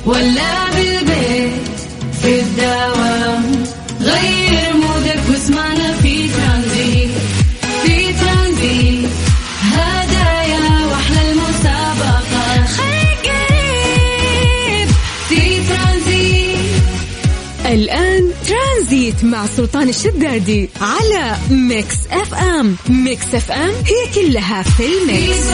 ولا بالبيت في الدوام، غير مودك واسمعنا في ترانزيت. في ترانزيت هدايا واحلى المسابقة، خليك قريب في ترانزيت. الآن ترانزيت مع سلطان الشدادي على ميكس اف ام. ميكس اف ام هي كلها في الميكس.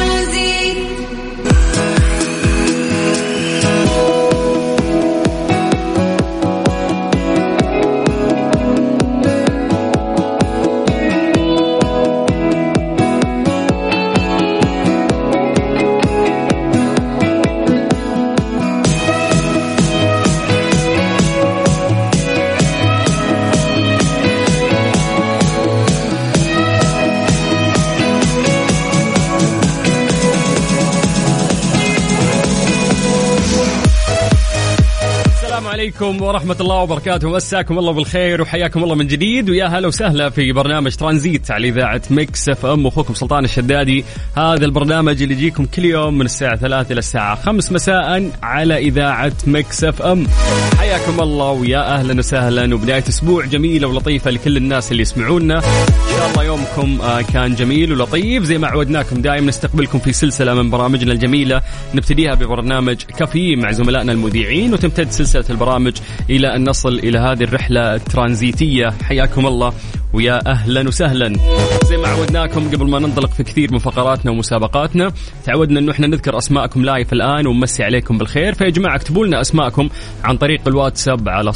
عليكم ورحمة الله وبركاته، مساكم الله بالخير وحياكم الله من جديد، ويا هلا وسهلا في برنامج ترانزيت على إذاعة ميكس اف ام. أخوكم سلطان الشدادي. هذا البرنامج اللي يجيكم كل يوم من الساعة 3 إلى الساعة 5 مساء على إذاعة ميكس اف ام. حياكم الله ويا أهلا وسهلا، وبداية أسبوع جميلة ولطيفة لكل الناس اللي يسمعونا. إن شاء الله يومكم كان جميل ولطيف زي ما عودناكم دائما نستقبلكم في سلسلة من برامجنا الجميلة، نبتديها ببرنامج كافيين مع زملائنا المذيعين، وتمتد سلسلة البرامج إلى أن نصل إلى هذه الرحلة الترانزيتية. حياكم الله ويا أهلا وسهلا. زي ما عودناكم قبل ما ننطلق في كثير من فقراتنا ومسابقاتنا، تعودنا أنه إحنا نذكر أسماءكم لايف الآن ونمسي عليكم بالخير. فيا جماعة اكتبوا لنا أسماءكم عن طريق الواتساب على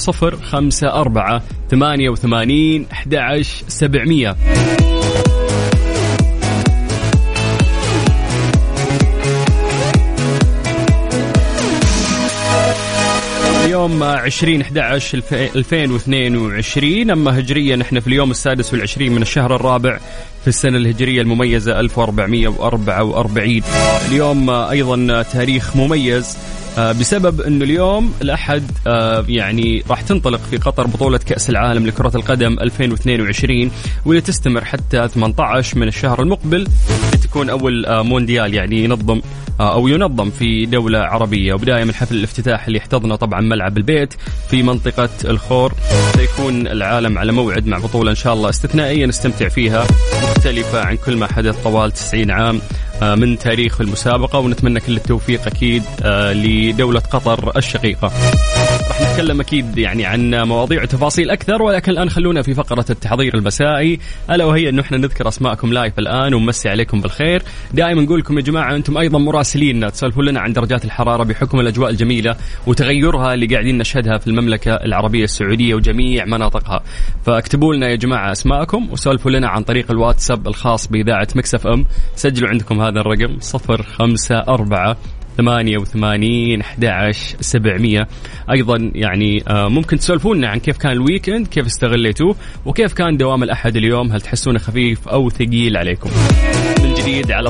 0548811700. اليوم 20/11/2022، أما هجريا نحن في اليوم 26 من الشهر الرابع في السنة الهجرية المميزة 1444. اليوم أيضا تاريخ مميز بسبب أنه اليوم الأحد يعني راح تنطلق في قطر بطولة كأس العالم لكرة القدم 2022، واللي تستمر حتى 18 من الشهر المقبل، تكون أول مونديال يعني ينظم في دولة عربية. وبداية من حفل الافتتاح اللي يحتضنه طبعا ملعب البيت في منطقة الخور، سيكون العالم على موعد مع بطولة إن شاء الله استثنائية نستمتع فيها، مختلفة عن كل ما حدث طوال 90 عام من تاريخ المسابقة. ونتمنى كل التوفيق أكيد لدولة قطر الشقيقة. راح نتكلم أكيد يعني عن مواضيع وتفاصيل أكثر، ولكن الآن خلونا في فقرة التحضير المسائي، ألا وهي أنه إحنا نذكر أسماءكم لايف الآن ونمسي عليكم بالخير. دائما نقول لكم يا جماعة أنتم أيضا مراسلين تسولفوا لنا عن درجات الحرارة بحكم الأجواء الجميلة وتغيرها اللي قاعدين نشهدها في المملكة العربية السعودية وجميع مناطقها. فاكتبوا لنا يا جماعة أسماءكم وسولفوا لنا عن طريق الواتساب الخاص بإذاعة ميكس اف ام. سجلوا عندكم هذا الرقم 0548811700. أيضا يعني ممكن تسولفونا عن كيف كان الويكند، كيف استغليتوه، وكيف كان دوام الأحد اليوم، هل تحسونه خفيف أو ثقيل عليكم؟ من جديد على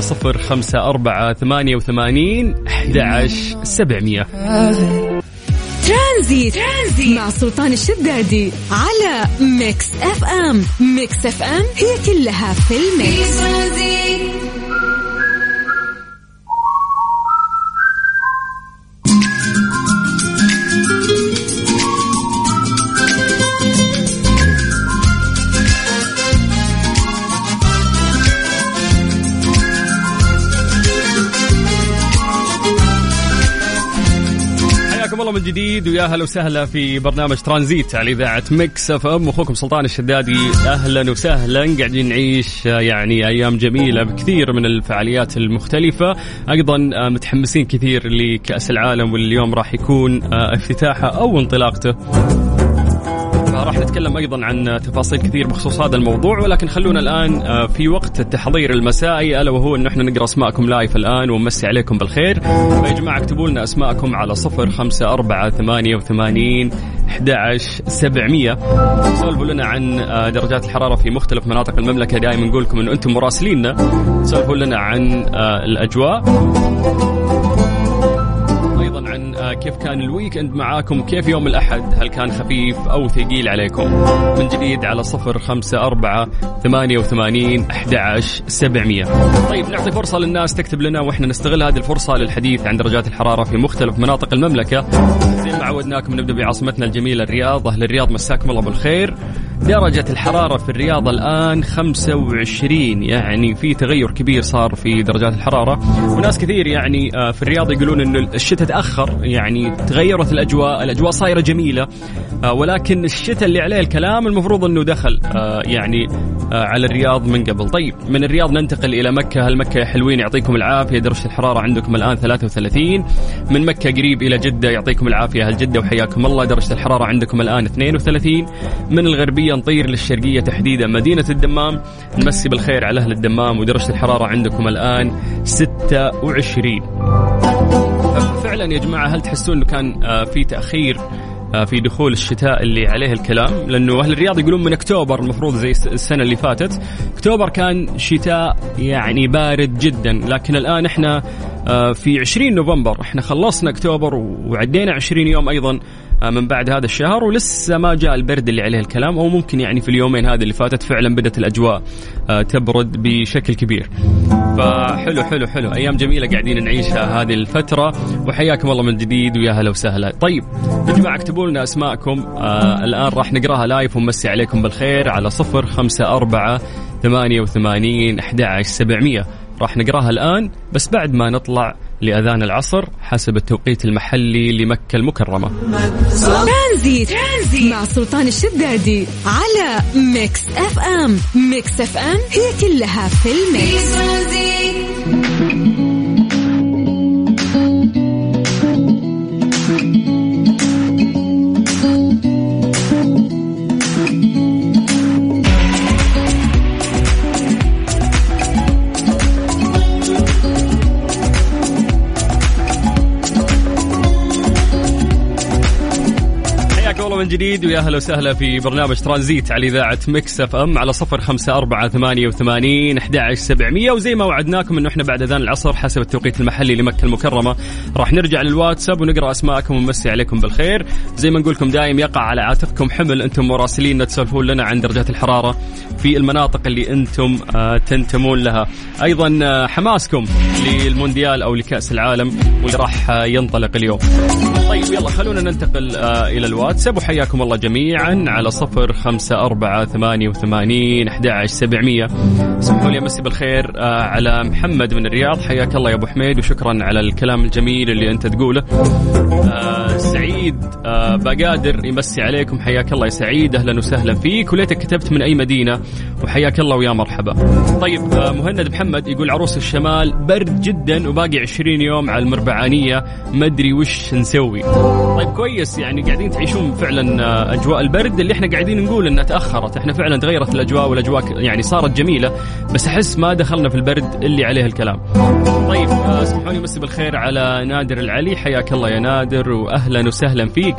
0548811700. ترانزيت مع سلطان الشدادي على ميكس اف ام. ميكس اف ام هي كلها في الميكس. الله من جديد ويا هلا وسهلا في برنامج ترانزيت على إذاعة ميكس اف ام. أخوكم سلطان الشدادي، أهلا وسهلا. قاعدين نعيش يعني أيام جميلة بكثير من الفعاليات المختلفة، أيضا متحمسين كثير لكأس العالم، واليوم راح يكون افتتاحه أو انطلاقته. راح نتكلم أيضا عن تفاصيل كثير بخصوص هذا الموضوع، ولكن خلونا الآن في وقت التحضير المسائي، ألا وهو أنه احنا نقرأ أسماءكم لايف الآن ونمسي عليكم بالخير. فيا جماعة اكتبوا لنا أسماءكم على 0548811700. سولفوا لنا عن درجات الحرارة في مختلف مناطق المملكة. دائما نقول لكم أنه أنتم مراسليننا، سولفوا لنا عن الأجواء، أيضا عن كيف كان الويك اند معاكم؟ كيف يوم الأحد؟ هل كان خفيف أو ثقيل عليكم؟ من جديد على 0548811700. طيب نعطي فرصة للناس تكتب لنا وإحنا نستغل هذه الفرصة للحديث عن درجات الحرارة في مختلف مناطق المملكة. زي ما عودناكم نبدأ بعاصمتنا الجميلة الرياض. أهل الرياض مساكم الله بالخير. درجة الحرارة في الرياض الآن 25، يعني في تغير كبير صار في درجات الحرارة، وناس كثير يعني في الرياض يقولون إنه الشتاء تأخر، يعني تغيرت الأجواء صايرة جميلة، ولكن الشتاء اللي عليه الكلام المفروض إنه دخل يعني على الرياض من قبل. طيب من الرياض ننتقل إلى مكة. هل مكة يا حلوين يعطيكم العافية، درجة الحرارة عندكم الآن 33. من مكة قريب إلى جدة يعطيكم العافية أهل جدة وحياكم الله، درجة الحرارة عندكم الآن 32. من الغربية نطير للشرقية تحديدا مدينة الدمام، نمسي بالخير على أهل الدمام ودرجة الحرارة عندكم الآن 26. فعلا يا جماعة هل تحسون أنه كان في تأخير في دخول الشتاء اللي عليه الكلام؟ لأنه أهل الرياض يقولون من أكتوبر المفروض زي السنة اللي فاتت، أكتوبر كان شتاء يعني بارد جدا، لكن الآن إحنا في 20 نوفمبر، إحنا خلصنا أكتوبر وعدينا 20 يوم أيضا من بعد هذا الشهر، ولسه ما جاء البرد اللي عليه الكلام، أو ممكن يعني في اليومين هذه اللي فاتت فعلا بدأت الأجواء تبرد بشكل كبير. فحلو حلو حلو، أيام جميلة قاعدين نعيشها هذه الفترة، وحياكم الله من جديد ويا هلا وسهلا. طيب يا جماعة اكتبوا لنا أسماءكم، الآن راح نقراها لايف ونمسي عليكم بالخير على 0548811700. راح نقراها الآن بس بعد ما نطلع لأذان العصر حسب التوقيت المحلي لمكة المكرمة. ترانزيت مع سلطان الشدادي على ميكس اف ام. ميكس اف ام هي كلها في الميكس. من جديد ويا أهلا وسهلا في برنامج ترانزيت على إذاعة ميكس اف ام على 0548811700. وزي ما وعدناكم إنه إحنا بعد أذان العصر حسب التوقيت المحلي لمكة المكرمة راح نرجع للواتساب ونقرأ أسماءكم ونمسي عليكم بالخير. زي ما نقولكم دائم يقع على عاتقكم حمل، أنتم مراسلين تسولفون لنا عن درجات الحرارة في المناطق اللي أنتم تنتمون لها، أيضا حماسكم للمونديال أو لكأس العالم واللي راح ينطلق اليوم. طيب يلا خلونا ننتقل إلى الواتساب، وحياكم الله جميعا على 0548811700. اسمحوا لي أمسي بالخير على محمد من الرياض، حياك الله يا أبو حميد وشكرا على الكلام الجميل اللي أنت تقوله. سعيد بقادر يمسي عليكم، حياك الله يا سعيد، أهلا وسهلا فيك، وليتك كتبت من أي مدينة وحياك الله ويا مرحبا. طيب مهند محمد يقول عروس الشمال برد جدا وباقي 20 يوم على المربعانية، ما أدري وش نسوي. طيب كويس، يعني قاعدين تعيشون فعلا أجواء البرد اللي احنا قاعدين نقول انها تأخرت. احنا فعلا تغيرت الأجواء والأجواء يعني صارت جميلة، بس أحس ما دخلنا في البرد اللي عليه الكلام. طيب اسمحوني مسي بالخير على نادر العلي، حياك الله يا نادر وأهلا وسهلا فيك.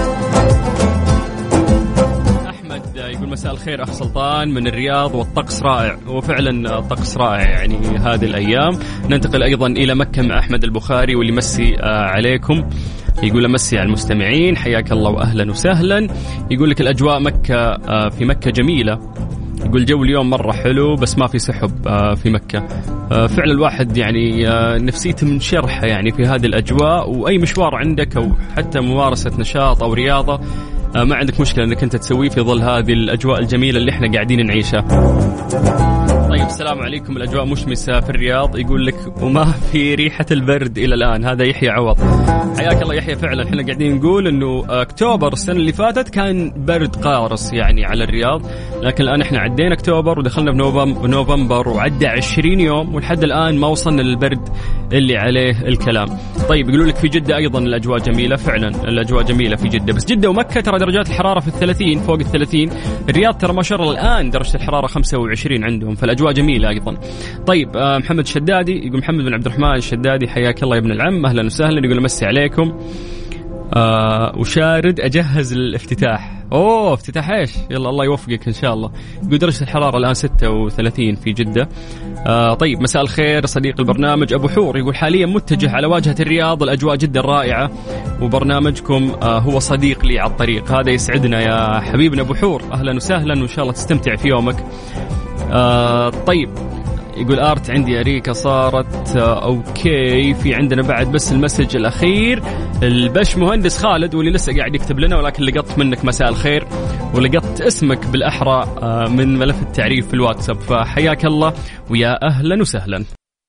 يقول مساء الخير أخ سلطان من الرياض والطقس رائع، وفعلا الطقس رائع يعني هذه الأيام. ننتقل أيضا إلى مكة مع أحمد البخاري واللي مسي عليكم، يقول أمسي على المستمعين، حياك الله وأهلا وسهلا. يقول لك الأجواء مكة في مكة جميلة، يقول جو اليوم مرة حلو بس ما في سحب في مكة. فعلا الواحد يعني نفسيته من شرحة يعني في هذه الأجواء، وأي مشوار عندك أو حتى ممارسة نشاط أو رياضة ما عندك مشكلة أنك أنت تسويه في ظل هذه الأجواء الجميلة اللي احنا قاعدين نعيشها. طيب السلام عليكم، الأجواء مشمسة في الرياض، يقول لك وما في ريحة البرد إلى الآن. هذا يحيى عوض، حياك الله يحيى. فعلا احنا قاعدين نقول أنه أكتوبر السنة اللي فاتت كان برد قارس يعني على الرياض، لكن الآن احنا عدينا أكتوبر ودخلنا في نوفمبر وعدى 20 يوم ولحد الآن ما وصلنا للبرد اللي عليه الكلام. طيب يقولوا لك في جدة أيضا الأجواء جميلة، فعلا الأجواء جميلة في جدة، بس جدة ومكة ترى درجات الحرارة في 30 فوق 30. الرياض ترى ما شاء الله الآن درجة الحرارة 25 عندهم، فالأجواء جميلة أيضا. طيب محمد الشدادي يقول محمد بن عبد الرحمن الشدادي، حياك الله يا ابن العم، أهلا وسهلا. يقول مسي عليكم وشارد أجهز الافتتاح، أوه افتتاح إيش؟ يلا الله يوفقك إن شاء الله. يقول درجة الحرارة الآن 36 في جدة. طيب مساء الخير صديق البرنامج أبو حور، يقول حاليا متجه على واجهة الرياض، الأجواء جدا رائعة وبرنامجكم هو صديق لي على الطريق. هذا يسعدنا يا حبيبنا أبو حور، أهلا وسهلا وإن شاء الله تستمتع في يومك. طيب يقول آرت عندي أريكة صارت أوكي. في عندنا بعد بس المسج الأخير البش مهندس خالد، واللي لسه قاعد يكتب لنا ولكن لقطت منك مساء الخير ولقطت اسمك بالأحرى من ملف التعريف في الواتساب، فحياك الله ويا أهلا وسهلا.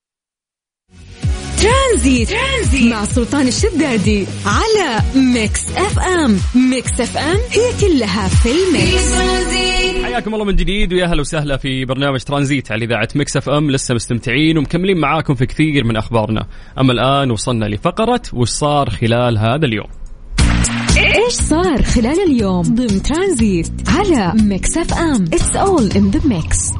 ترانزيت مع سلطان الشدادي على ميكس اف ام. ميكس اف ام هي كلها في الميكس. حياكم الله من جديد ويا اهلا وسهلا في برنامج ترانزيت على اذاعه ميكس اف ام. لسه مستمتعين ومكملين معاكم في كثير من اخبارنا. اما الان وصلنا لفقره وش صار خلال هذا اليوم. ايش صار خلال اليوم ضمن ترانزيت على ميكس اف ام. It's all in the mix.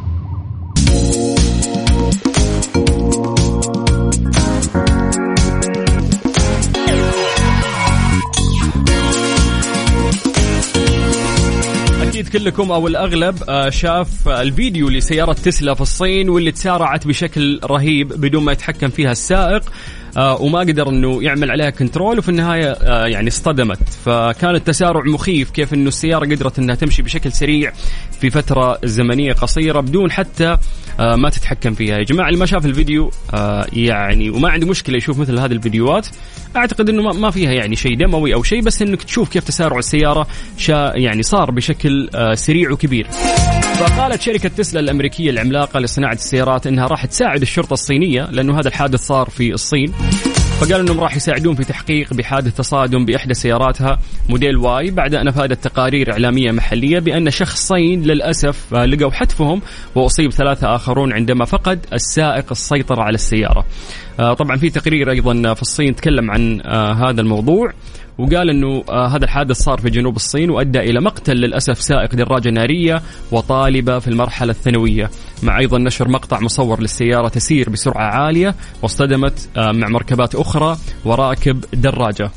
أكيد كلكم أو الأغلب شاف الفيديو لسيارة تسلا في الصين واللي تسارعت بشكل رهيب بدون ما يتحكم فيها السائق وما قدر أنه يعمل عليها كنترول، وفي النهاية يعني اصطدمت. فكان التسارع مخيف، كيف أنه السيارة قدرت أنها تمشي بشكل سريع في فترة زمنية قصيرة بدون حتى ما تتحكم فيها. يا جماعة اللي ما شاف الفيديو يعني وما عنده مشكلة يشوف مثل هذه الفيديوهات، أعتقد أنه ما فيها يعني شيء دموي أو شيء، بس أنك تشوف كيف تسارع السيارة يعني صار بشكل سريع وكبير. فقالت شركة تسلا الأمريكية العملاقة لصناعة السيارات أنها راح تساعد الشرطة الصينية، لأنه هذا الحادث صار في الصين، فقالوا أنهم راح يساعدون في تحقيق بحادث تصادم بإحدى سياراتها موديل واي، بعد أن أفادت تقارير إعلامية محلية بأن شخصين للأسف لقوا حتفهم وأصيب 3 آخرون عندما فقد السائق السيطرة على السيارة. طبعا في تقرير أيضا في الصين تكلم عن هذا الموضوع، وقال أنه هذا الحادث صار في جنوب الصين وأدى إلى مقتل للأسف سائق دراجة نارية وطالبة في المرحلة الثانوية، مع أيضا نشر مقطع مصور للسيارة تسير بسرعة عالية واصطدمت مع مركبات أخرى وراكب دراجة.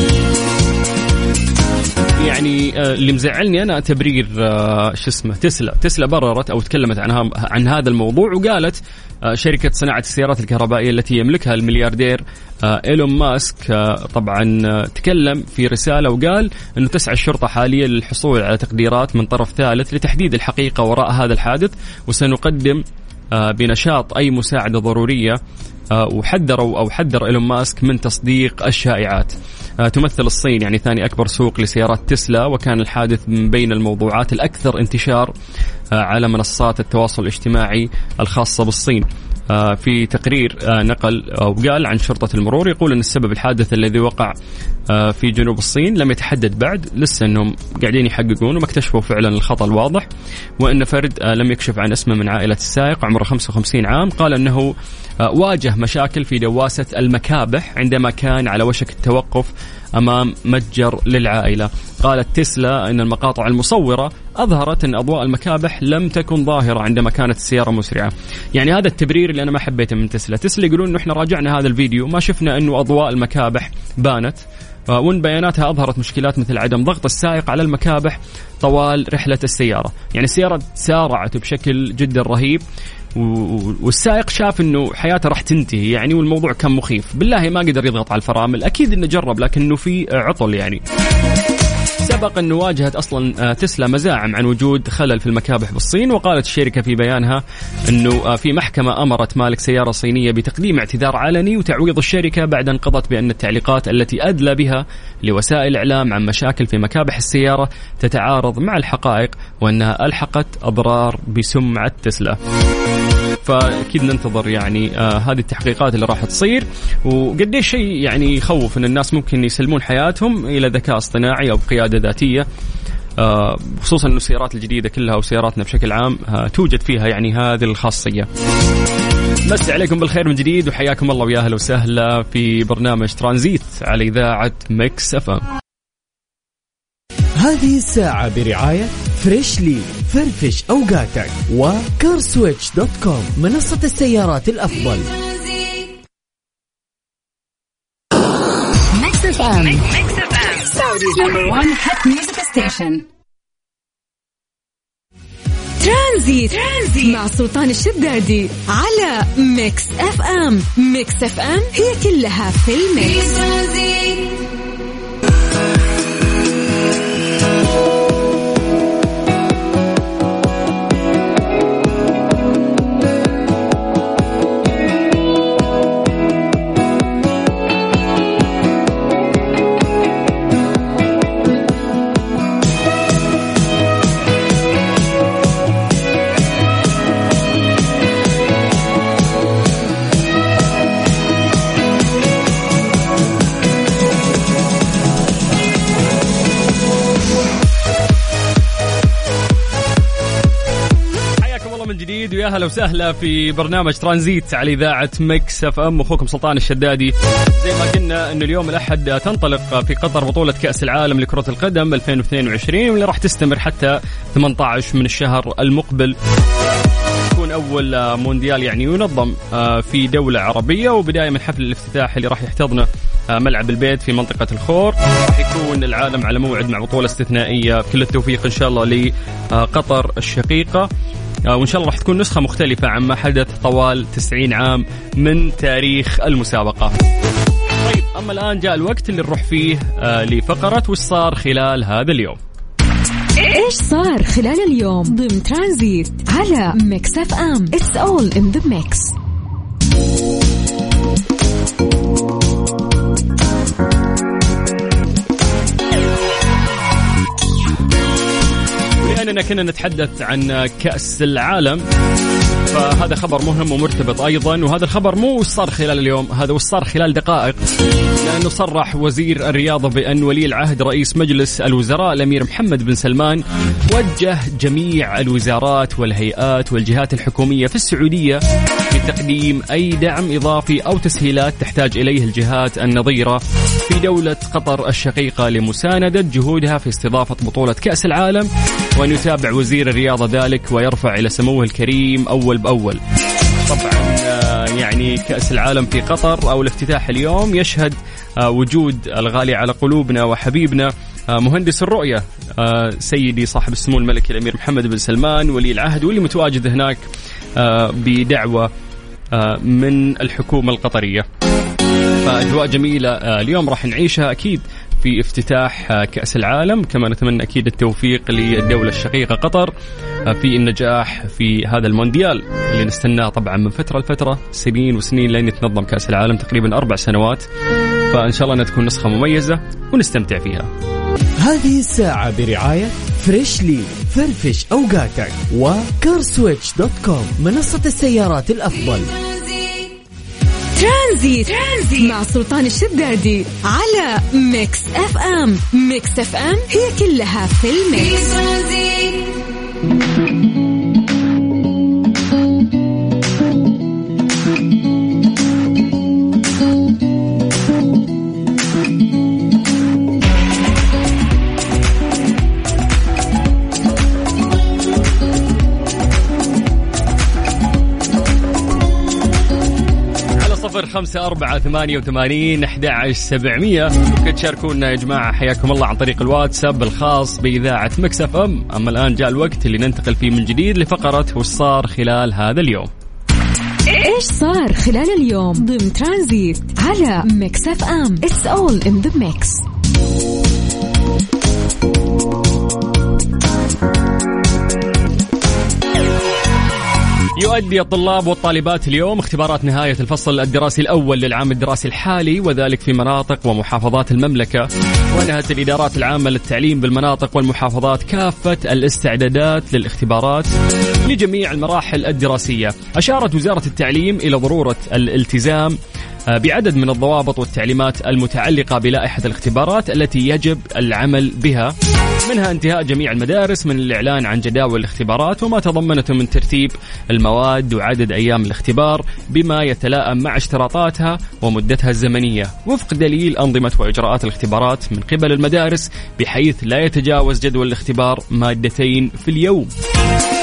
يعني اللي مزعلني أنا تبرير تسلا بررت أو تكلمت عن هذا الموضوع، وقالت شركة صناعة السيارات الكهربائية التي يملكها الملياردير إيلون ماسك طبعا تكلم في رسالة وقال أنه تسعى الشرطة حاليا للحصول على تقديرات من طرف ثالث لتحديد الحقيقة وراء هذا الحادث، وسنقدم بنشاط أي مساعدة ضرورية. حذر إيلون ماسك من تصديق الشائعات. تمثل الصين يعني ثاني أكبر سوق لسيارات تسلا، وكان الحادث من بين الموضوعات الأكثر انتشار على منصات التواصل الاجتماعي الخاصة بالصين. في تقرير نقل أو قال عن شرطة المرور يقول أن السبب الحادث الذي وقع في جنوب الصين لم يتحدد بعد، لسه أنهم قاعدين يحققون وما اكتشفوا فعلا الخطأ الواضح، وأن فرد لم يكشف عن اسمه من عائلة السائق عمره 55 عام قال أنه واجه مشاكل في دواسة المكابح عندما كان على وشك التوقف أمام متجر للعائلة. قالت تسلا أن المقاطع المصورة أظهرت أن أضواء المكابح لم تكن ظاهرة عندما كانت السيارة مسرعة. يعني هذا التبرير اللي أنا ما حبيته من تسلا يقولون أنه إحنا راجعنا هذا الفيديو ما شفنا أنه أضواء المكابح بانت، وإن بياناتها أظهرت مشكلات مثل عدم ضغط السائق على المكابح طوال رحلة السيارة. يعني السيارة سارعت بشكل جدا رهيب والسائق شاف انه حياته راح تنتهي يعني، والموضوع كان مخيف. بالله ما قدر يضغط على الفرامل، اكيد انه جرب لكنه في عطل يعني. سبق أنه واجهت أصلا تسلا مزاعم عن وجود خلل في المكابح بالصين، وقالت الشركة في بيانها أنه في محكمة أمرت مالك سيارة صينية بتقديم اعتذار علني وتعويض الشركة بعد أن قضت بأن التعليقات التي أدلى بها لوسائل الإعلام عن مشاكل في مكابح السيارة تتعارض مع الحقائق، وأنها ألحقت أضرار بسمعة تسلا. فأكيد ننتظر يعني هذه التحقيقات اللي راح تصير، وقديش شيء يعني يخوف أن الناس ممكن يسلمون حياتهم إلى ذكاء اصطناعي أو قيادة ذاتية، خصوصا أن السيارات الجديدة كلها وسياراتنا بشكل عام توجد فيها يعني هذه الخاصية. مسي عليكم بالخير من جديد وحياكم الله ويا أهلا وسهلا في برنامج ترانزيت على إذاعة ميكس اف ام. هذه الساعة برعاية فريشلي، فرفش أوقاتك، وكارسويتش.com منصة السيارات الأفضل. ميكس اف ام Saudi's #1 hit music station. ترانزيت مع سلطان الشدادي على ميكس اف ام. ميكس اف ام هي كلها في الميكس. يا هلا وسهلا في برنامج ترانزيت على إذاعة ميكس اف ام. أخوكم سلطان الشدادي. زي ما قلنا إنه اليوم الأحد تنطلق في قطر بطولة كأس العالم لكرة القدم 2022 واللي راح تستمر حتى 18 من الشهر المقبل. يكون أول مونديال يعني ينظم في دولة عربية، وبداية من حفل الافتتاح اللي راح يحتضنه ملعب البيت في منطقة الخور. راح يكون العالم على موعد مع بطولة استثنائية. كل التوفيق إن شاء الله لقطر الشقيقة، وإن شاء الله راح تكون نسخة مختلفة عما حدث طوال 90 عام من تاريخ المسابقة. طيب، أما الآن جاء الوقت اللي نروح فيه لفقرة وش صار خلال هذا اليوم. إيش صار خلال اليوم ضمن ترانزيت على ميكس اف ام. It's all in the mix. لأننا كنا نتحدث عن كأس العالم، فهذا خبر مهم ومرتبط أيضا. وهذا الخبر مو وش صار خلال اليوم، هذا وش صار خلال دقائق، لأنه صرح وزير الرياضة بأن ولي العهد رئيس مجلس الوزراء الأمير محمد بن سلمان وجه جميع الوزارات والهيئات والجهات الحكومية في السعودية لتقديم أي دعم إضافي أو تسهيلات تحتاج إليه الجهات النظيرة في دولة قطر الشقيقة لمساندة جهودها في استضافة بطولة كأس العالم، وأن يتابع وزير الرياضة ذلك ويرفع إلى سموه الكريم أول بأول. طبعا يعني كأس العالم في قطر أو الافتتاح اليوم يشهد وجود الغالي على قلوبنا وحبيبنا مهندس الرؤية سيدي صاحب السمو الملكي الأمير محمد بن سلمان ولي العهد، واللي متواجد هناك بدعوة من الحكومة القطرية. فأجواء جميلة اليوم راح نعيشها أكيد في افتتاح كأس العالم. كما نتمنى أكيد التوفيق للدولة الشقيقة قطر في النجاح في هذا المونديال اللي نستناه طبعا من فترة لفترة، سنين وسنين لين يتنظم كأس العالم، تقريبا 4 سنوات. فإن شاء الله أنها تكون نسخة مميزة ونستمتع فيها. هذه الساعة برعاية فريشلي، فرفش أوقاتك، وكارسويتش.com منصة السيارات الأفضل. ترانزيت مع سلطان الشدادي على ميكس اف ام. ميكس اف ام هي كلها في الميكس. صفر 548811700 ممكن تشاركونا يا جماعة. حياكم الله عن طريق الواتساب الخاص بإذاعة ميكس اف ام. أما الآن جاء الوقت اللي ننتقل فيه من جديد لفقرة وش صار خلال هذا اليوم. إيش صار خلال اليوم ضمن ترانزيت على ميكس اف ام. It's all in the mix. يؤدي الطلاب والطالبات اليوم اختبارات نهاية الفصل الدراسي الأول للعام الدراسي الحالي، وذلك في مناطق ومحافظات المملكة. وأنهت الإدارات العامة للتعليم بالمناطق والمحافظات كافة الاستعدادات للاختبارات لجميع المراحل الدراسية. أشارت وزارة التعليم إلى ضرورة الالتزام بعدد من الضوابط والتعليمات المتعلقة بلائحة الاختبارات التي يجب العمل بها، منها انتهاء جميع المدارس من الإعلان عن جداول الاختبارات وما تضمنته من ترتيب المواد وعدد أيام الاختبار بما يتلائم مع اشتراطاتها ومدتها الزمنية وفق دليل أنظمة وإجراءات الاختبارات من قبل المدارس، بحيث لا يتجاوز جدول الاختبار 2 مادتين في اليوم.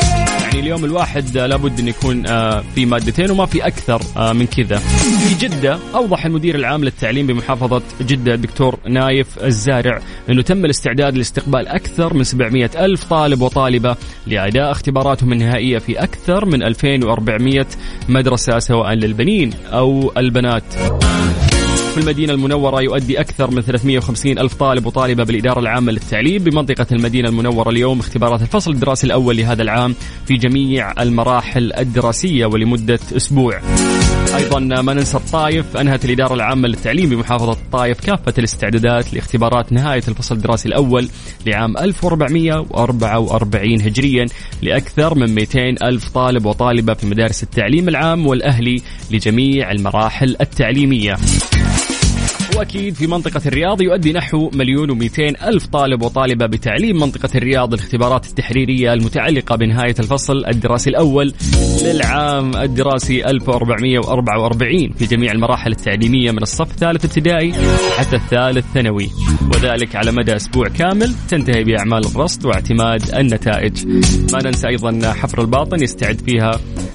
يعني اليوم الواحد لابد أن يكون في مادتين وما في أكثر من كذا. في جدة أوضح المدير العام للتعليم بمحافظة جدة الدكتور نايف الزارع أنه تم الاستعداد لاستقبال أكثر من 700 ألف طالب وطالبة لأداء اختباراتهم النهائية في أكثر من 2400 مدرسة سواء للبنين أو البنات. في المدينة المنورة يؤدي أكثر من 350 ألف طالب وطالبة بالإدارة العامة للتعليم بمنطقة المدينة المنورة اليوم اختبارات الفصل الدراسي الأول لهذا العام في جميع المراحل الدراسية ولمدة أسبوع. أيضا ما ننسى الطايف، أنهت الإدارة العامة للتعليم بمحافظة الطايف كافة الاستعدادات لاختبارات نهاية الفصل الدراسي الأول لعام 1444 هجريا لأكثر من 200 ألف طالب وطالبة في مدارس التعليم العام والأهلي لجميع المراحل التعليمية. وأكيد في منطقة الرياض يؤدي نحو 1,200,000 طالب وطالبة بتعليم منطقة الرياض الاختبارات التحريرية المتعلقة بنهاية الفصل الدراسي الأول للعام الدراسي 1444 في جميع المراحل التعليمية من الصف الثالث ابتدائي حتى الثالث ثانوي، وذلك على مدى أسبوع كامل تنتهي بأعمال الرصد واعتماد النتائج. ما ننسى أيضا حفر الباطن يستعد فيها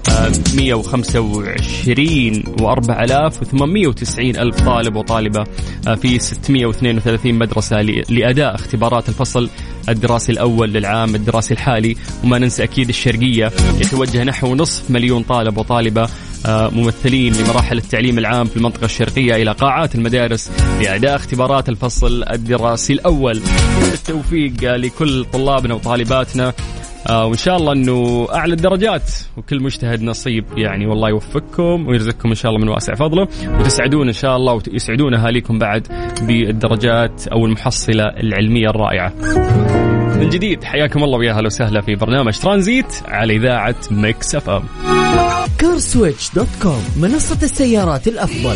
125,4,890 ألف طالب وطالبة في 632 مدرسة لأداء اختبارات الفصل الدراسي الأول للعام الدراسي الحالي. وما ننسى أكيد الشرقية يتوجه نحو 500,000 طالب وطالبة ممثلين لمراحل التعليم العام في المنطقة الشرقية إلى قاعات المدارس لأداء اختبارات الفصل الدراسي الأول. التوفيق لكل طلابنا وطالباتنا، وإن شاء الله أنه أعلى الدرجات وكل مجتهد نصيب يعني، والله يوفقكم ويرزقكم إن شاء الله من واسع فضله وتسعدون إن شاء الله ويسعدون أهاليكم بعد بالدرجات أو المحصلة العلمية الرائعة. من جديد حياكم الله ويا أهلا وسهلا في برنامج ترانزيت على إذاعة ميكس اف ام. carswitch.com منصة السيارات الأفضل.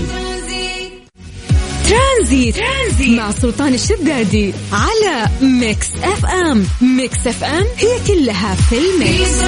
ترانزيت مع سلطان الشدادي على ميكس اف ام. ميكس اف ام هي كلها في الميكس.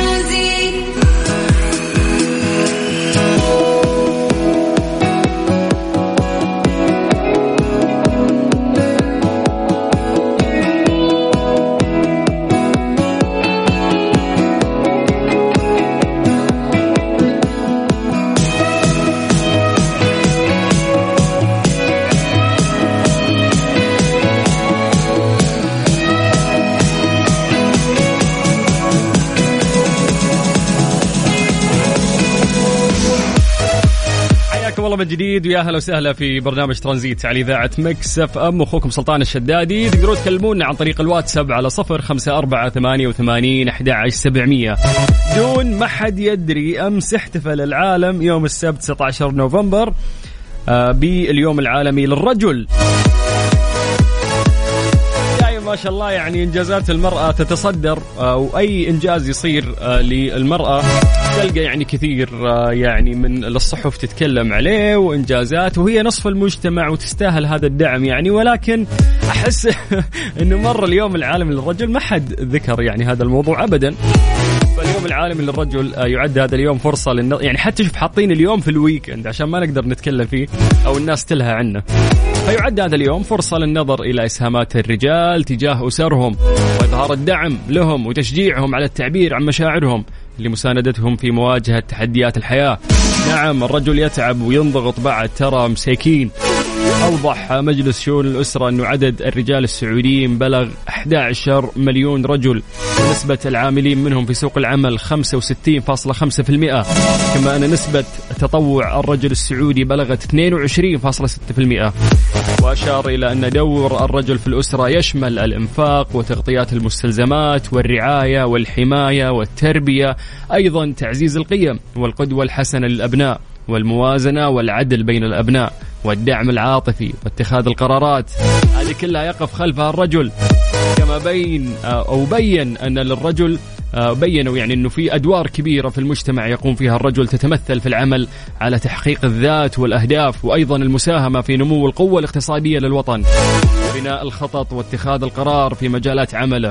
والله من جديد ويا أهلا وسهلا في برنامج ترانزيت على إذاعة ميكس اف ام. أخوكم سلطان الشدادي. تقدروا تكلمونا عن طريق الواتساب على 0548811700. دون ما حد يدري أمس احتفل العالم يوم السبت 19 نوفمبر باليوم العالمي للرجل. ما شاء الله يعني إنجازات المرأة تتصدر، وأي إنجاز يصير للمرأة تلقى يعني كثير يعني من الصحف تتكلم عليه وإنجازات، وهي نصف المجتمع وتستاهل هذا الدعم يعني. ولكن أحس إنه مرة اليوم العالمي للرجل ما حد ذكر يعني هذا الموضوع أبدا. فاليوم العالمي للرجل يعد هذا اليوم فرصة يعني حتى شوف حاطين اليوم في الويكند عشان ما نقدر نتكلم فيه أو الناس تلهى عنه. فيعد هذا اليوم فرصة للنظر إلى إسهامات الرجال تجاه أسرهم وإظهار الدعم لهم وتشجيعهم على التعبير عن مشاعرهم لمساندتهم في مواجهة تحديات الحياة. نعم الرجل يتعب وينضغط بعد، ترى مساكين. أوضح مجلس شؤون الأسرة أن عدد الرجال السعوديين بلغ 11 مليون رجل، ونسبة العاملين منهم في سوق العمل 65.5%، كما أن نسبة تطوع الرجل السعودي بلغت 22.6%. وأشار إلى أن دور الرجل في الأسرة يشمل الإنفاق وتغطيات المستلزمات والرعاية والحماية والتربية، أيضا تعزيز القيم والقدوة الحسنة للأبناء والموازنة والعدل بين الأبناء والدعم العاطفي واتخاذ القرارات. هذه كلها يقف خلفها الرجل. كما بين أن للرجل بيّنوا يعني أنه في أدوار كبيرة في المجتمع يقوم فيها الرجل تتمثل في العمل على تحقيق الذات والأهداف، وأيضا المساهمة في نمو القوة الاقتصادية للوطن، بناء الخطط واتخاذ القرار في مجالات عمله.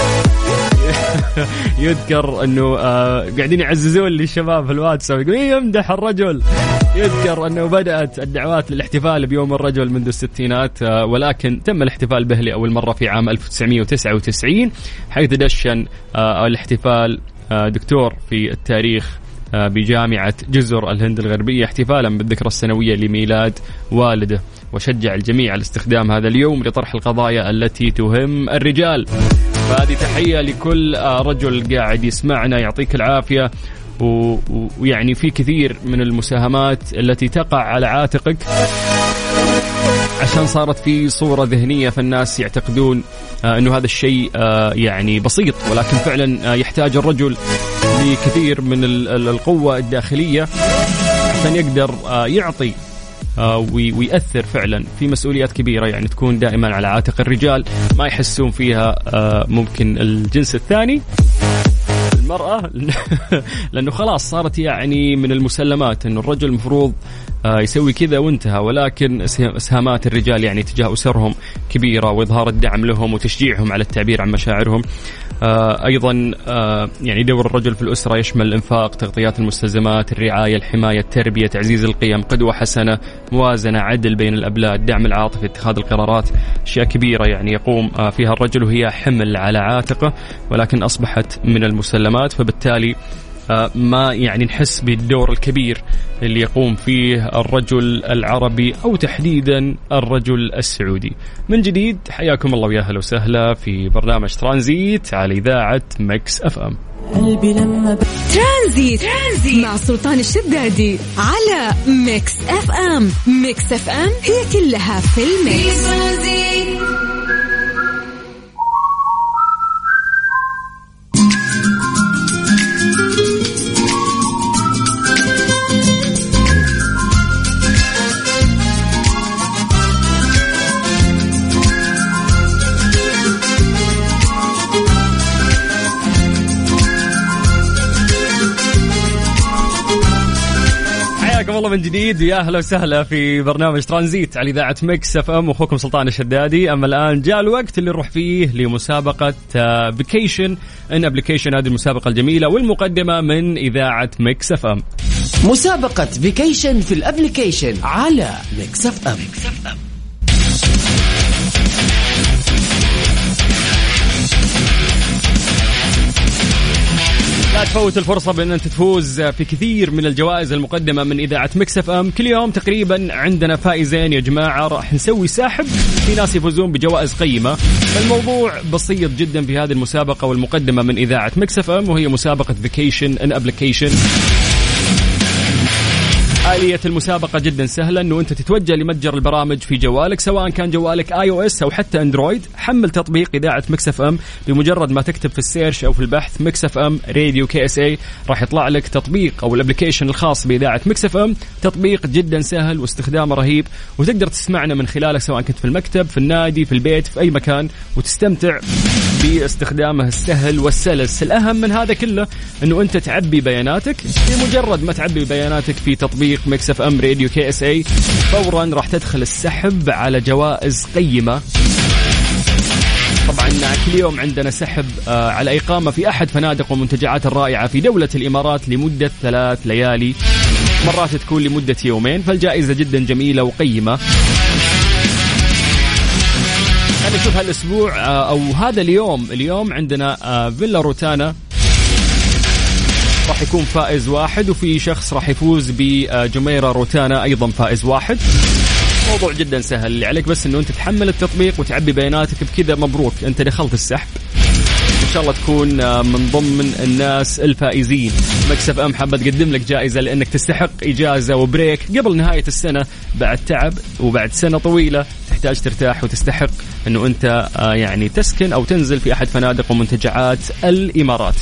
يذكر أنه قاعدين يعززون للشباب في الواتساب يقول يمدح الرجل. يذكر أنه بدأت الدعوات للاحتفال بيوم الرجل منذ الستينات، ولكن تم الاحتفال به لأول مرة في عام 1999 حيث دشن الاحتفال دكتور في التاريخ بجامعة جزر الهند الغربية احتفالا بالذكرى السنوية لميلاد والده، وشجع الجميع على استخدام هذا اليوم لطرح القضايا التي تهم الرجال. فهذه تحية لكل رجل قاعد يسمعنا، يعطيك العافية. ويعني في كثير من المساهمات التي تقع على عاتقك عشان صارت في صورة ذهنية، فالناس يعتقدون أنه هذا الشيء يعني بسيط، ولكن فعلا يحتاج الرجل لكثير من القوة الداخلية عشان يقدر يعطي ويأثر فعلا في مسؤوليات كبيرة يعني تكون دائما على عاتق الرجال ما يحسون فيها ممكن الجنس الثاني المرأة لأنه خلاص صارت يعني من المسلمات أنه الرجل المفروض يسوي كذا وانتهى، ولكن اسهامات الرجال يعني تجاه أسرهم كبيرة، وإظهار الدعم لهم وتشجيعهم على التعبير عن مشاعرهم. أيضا يعني دور الرجل في الأسرة يشمل الإنفاق، تغطيات المستلزمات، الرعاية، الحماية، التربية، تعزيز القيم، قدوة حسنة، موازنة، عدل بين الأبناء، الدعم العاطفي، اتخاذ القرارات. أشياء كبيرة يعني يقوم فيها الرجل وهي حمل على عاتقه، ولكن أصبحت من المسلمات، فبالتالي ما يعني نحس بالدور الكبير اللي يقوم فيه الرجل العربي أو تحديدا الرجل السعودي. من جديد حياكم الله ويا أهلا وسهلا في برنامج ترانزيت على إذاعة ميكس اف ام. ترانزيت مع سلطان الشدادي على ميكس اف ام. ميكس اف ام هي كلها في الميكس. والله من جديد يا أهلا وسهلا في برنامج ترانزيت على إذاعة ميكس اف ام، أخوكم سلطان الشدادي. أما الآن جاء الوقت اللي نروح فيه لمسابقة فيكيشن ان ابليكيشن، هذه المسابقة الجميلة والمقدمة من إذاعة ميكس اف ام. مسابقة فيكيشن في الابليكيشن على ميكس اف ام. لا تفوت الفرصة بأن أنت تفوز في كثير من الجوائز المقدمة من إذاعة ميكس اف ام. كل يوم تقريبا عندنا فائزين يا جماعة، راح نسوي سحب، في ناس يفوزون بجوائز قيمة. الموضوع بسيط جدا في هذه المسابقة والمقدمة من إذاعة ميكس اف ام، وهي مسابقة فيكيشن ان ابليكيشن. آلية المسابقة جدا سهلة، أنه أنت تتوجه لمتجر البرامج في جوالك، سواء كان جوالك iOS أو حتى أندرويد. حمل تطبيق إذاعة ميكس اف ام، بمجرد ما تكتب في السيرش أو في البحث ميكس اف ام راديو KSA راح يطلع لك تطبيق أو الابليكيشن الخاص بإذاعة ميكس اف ام. تطبيق جدا سهل واستخدامه رهيب، وتقدر تسمعنا من خلاله سواء كنت في المكتب، في النادي، في البيت، في أي مكان، وتستمتع باستخدامه السهل والسلس. الأهم من هذا كله أنه أنت تعبي بياناتك، بمجرد ما تعبي بياناتك في تطبيق ميكس اف ام راديو KSA فورا راح تدخل السحب على جوائز قيمة. طبعا كل يوم عندنا سحب على إقامة في أحد فنادق ومنتجعات الرائعة في دولة الإمارات لمدة 3 ليالي، مرات تكون لمدة يومين، فالجائزة جدا جميلة وقيمة. خلينا نشوف هالأسبوع أو هذا اليوم عندنا فيلا روتانا راح يكون فائز واحد، وفي شخص راح يفوز بجميرة روتانا أيضا فائز واحد. موضوع جدا سهل، اللي عليك بس أنه أنت تحمل التطبيق وتعبي بياناتك، بكذا مبروك أنت دخلت السحب. إن شاء الله تكون من ضمن الناس الفائزين. ميكس اف ام حابة تقدم لك جائزة لأنك تستحق إجازة وبريك قبل نهاية السنة، بعد تعب وبعد سنة طويلة تحتاج ترتاح، وتستحق أنه أنت يعني تسكن أو تنزل في أحد فنادق ومنتجعات الإمارات.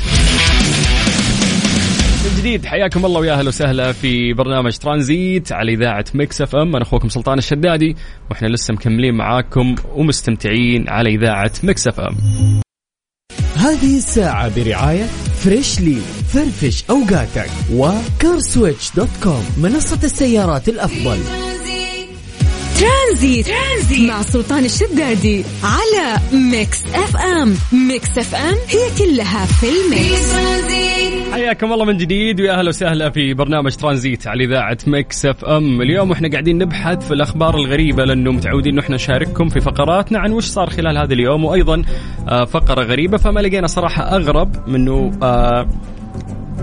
من جديد حياكم الله ويا أهلا وسهلا في برنامج ترانزيت على إذاعة ميكس اف ام. أنا أخوكم سلطان الشدادي، وإحنا لسه مكملين معاكم ومستمتعين على إذاعة ميكس اف ام. هذه الساعة برعاية فريشلي، فرفش أوقاتك، وكارسويتش.com منصة السيارات الأفضل. ترانزيت مع سلطان الشدادي على ميكس اف ام. ميكس اف ام هي كلها في الميكس. حياكم الله من جديد ويا أهلا وسهلا في برنامج ترانزيت على إذاعة ميكس اف ام. اليوم احنا قاعدين نبحث في الأخبار الغريبة، لأنه متعودين إنه احنا نشارككم في فقراتنا عن وش صار خلال هذا اليوم، وأيضا فقرة غريبة، فما لقينا صراحة أغرب منه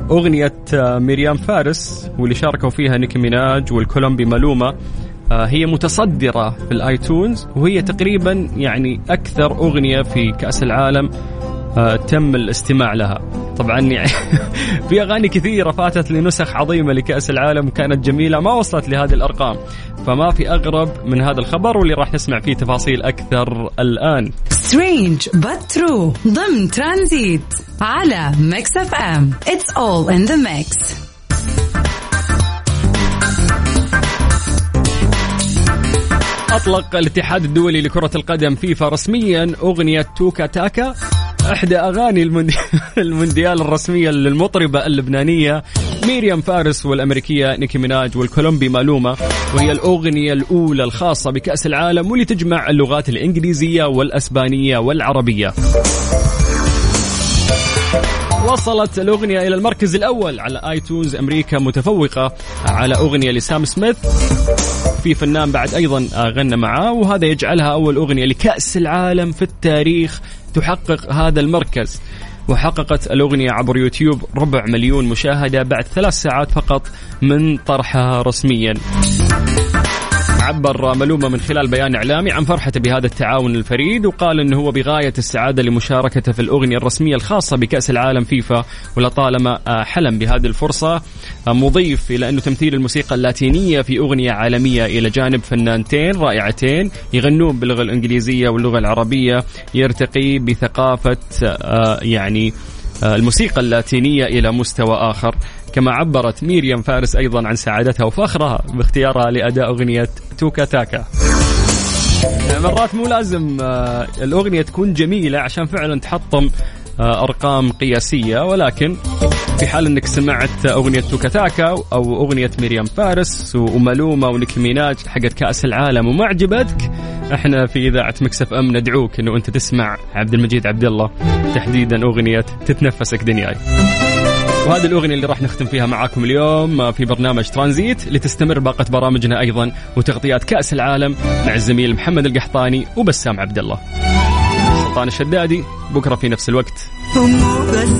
أغنية ميريام فارس واللي شاركوا فيها نيكي ميناج والكولومبي مالوما هي متصدرة في الآيتونز، وهي تقريبا يعني أكثر أغنية في كأس العالم تم الاستماع لها. طبعا يعني في أغاني كثيرة فاتت لنسخ عظيمة لكأس العالم وكانت جميلة ما وصلت لهذه الأرقام، فما في أغرب من هذا الخبر واللي راح نسمع فيه تفاصيل أكثر الآن. Strange but true ضمن ترانزيت على ميكس اف ام. It's all in the mix. أطلق الاتحاد الدولي لكرة القدم فيفا رسميا أغنية توكا تاكا، إحدى أغاني المونديال الرسمية للمطربة اللبنانية ميريام فارس والأمريكية نيكي ميناج والكولومبي مالوما، وهي الأغنية الأولى الخاصة بكأس العالم واللي تجمع اللغات الإنجليزية والأسبانية والعربية. وصلت الأغنية إلى المركز الأول على آيتونز أمريكا، متفوقة على أغنية لسام سميث. في فنان بعد أيضا غنى معاه، وهذا يجعلها أول أغنية لكأس العالم في التاريخ تحقق هذا المركز. وحققت الأغنية عبر يوتيوب 4 مليون مشاهدة بعد 3 ساعات فقط من طرحها رسميا. عبر مالوما من خلال بيان إعلامي عن فرحته بهذا التعاون الفريد، وقال أنه هو بغاية السعادة لمشاركته في الأغنية الرسمية الخاصة بكأس العالم فيفا، ولطالما حلم بهذه الفرصة، مضيف إلى أنه تمثيل الموسيقى اللاتينية في أغنية عالمية إلى جانب فنانتين رائعتين يغنون باللغة الإنجليزية واللغة العربية يرتقي بثقافة يعني الموسيقى اللاتينية إلى مستوى آخر. كما عبرت ميريام فارس أيضا عن سعادتها وفخرها باختيارها لأداء أغنية توكا تاكا. مرات مو لازم الأغنية تكون جميلة عشان فعلا تحطم أرقام قياسية، ولكن في حال أنك سمعت أغنية توكا تاكا أو أغنية ميريام فارس ومالوما ونيكي ميناج حقت كأس العالم وما عجبتك، احنا في إذاعة ميكس اف ام ندعوك أنه أنت تسمع عبد المجيد عبد الله، تحديدا أغنية تتنفسك دنياي. وهذه الأغنية اللي راح نختم فيها معاكم اليوم في برنامج ترانزيت، لتستمر باقة برامجنا أيضا وتغطيات كأس العالم مع الزميل محمد القحطاني وبسام عبد الله. سلطان الشدادي بكرة في نفس الوقت.